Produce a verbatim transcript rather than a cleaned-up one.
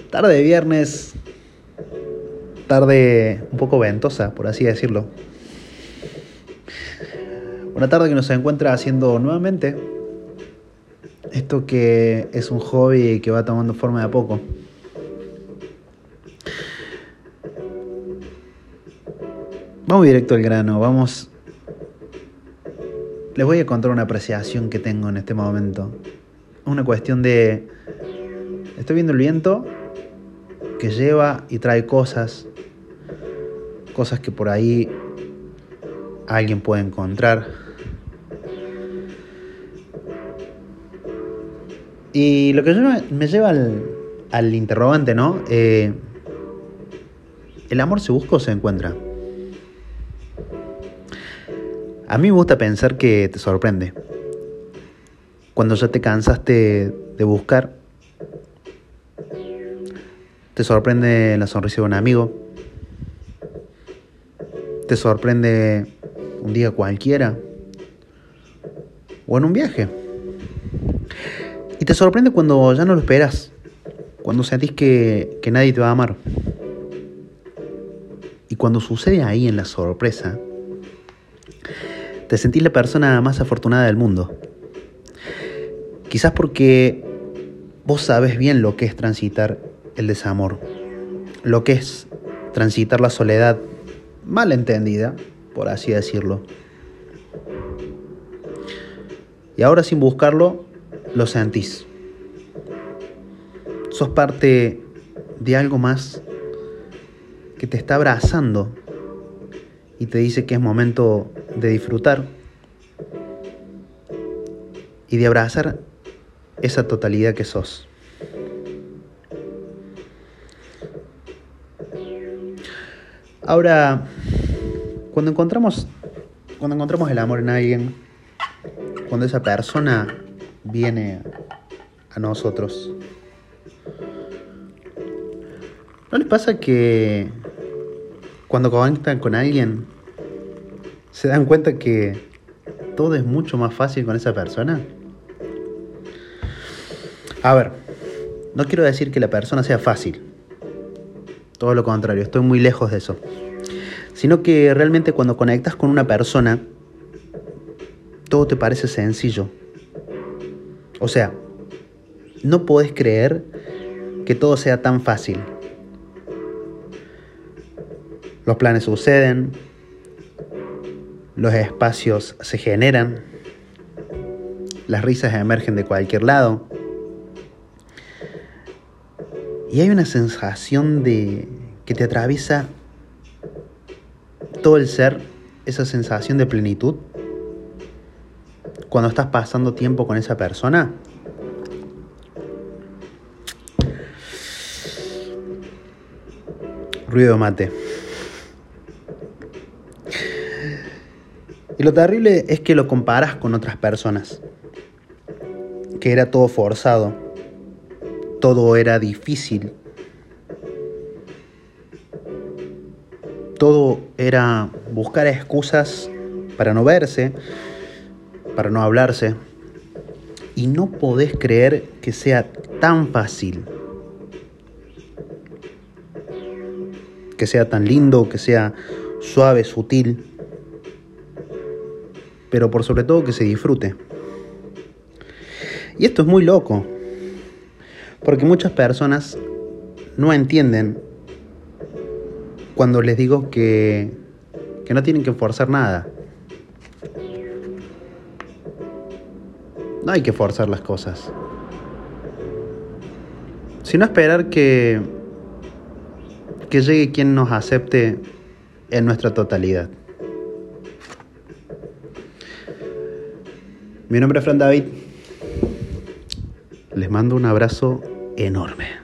Tarde de viernes, tarde un poco ventosa, por así decirlo. Una tarde que nos encuentra haciendo nuevamente esto que es un hobby que va tomando forma de a poco. Vamos directo al grano, vamos. Les voy a contar una apreciación que tengo en este momento. Una cuestión de... Estoy viendo el viento que lleva y trae cosas. Cosas que por ahí alguien puede encontrar. Y lo que lleva, me lleva al, al interrogante, ¿no? Eh, ¿El amor se busca o se encuentra? A mí me gusta pensar que te sorprende. Cuando ya te cansaste de buscar, te sorprende la sonrisa de un amigo, te sorprende un día cualquiera o en un viaje. Y te sorprende cuando ya no lo esperas, cuando sentís que, que nadie te va a amar. Y cuando sucede ahí en la sorpresa, te sentís la persona más afortunada del mundo. Quizás porque vos sabes bien lo que es transitar el desamor, lo que es transitar la soledad mal entendida, por así decirlo. Y ahora sin buscarlo, lo sentís. Sos parte de algo más que te está abrazando y te dice que es momento de disfrutar y de abrazar esa totalidad que sos. Ahora, cuando encontramos, cuando encontramos el amor en alguien, cuando esa persona viene a nosotros, ¿no les pasa que cuando conectan con alguien se dan cuenta que todo es mucho más fácil con esa persona? A ver, no quiero decir que la persona sea fácil. Todo lo contrario, estoy muy lejos de eso. Sino que realmente cuando conectas con una persona, todo te parece sencillo. O sea, no podés creer que todo sea tan fácil. Los planes suceden, los espacios se generan, las risas emergen de cualquier lado. Y hay una sensación de que te atraviesa todo el ser, esa sensación de plenitud. Cuando estás pasando tiempo con esa persona, ruido de mate. Y lo terrible es que lo comparas con otras personas, que era todo forzado, todo era difícil, todo era buscar excusas para no verse, para no hablarse, y no podés creer que sea tan fácil, que sea tan lindo, que sea suave, sutil, pero por sobre todo que se disfrute. Y esto es muy loco, porque muchas personas no entienden cuando les digo que, que no tienen que forzar nada. No hay que forzar las cosas, sino esperar que, que llegue quien nos acepte en nuestra totalidad. Mi nombre es Fran David. Les mando un abrazo enorme.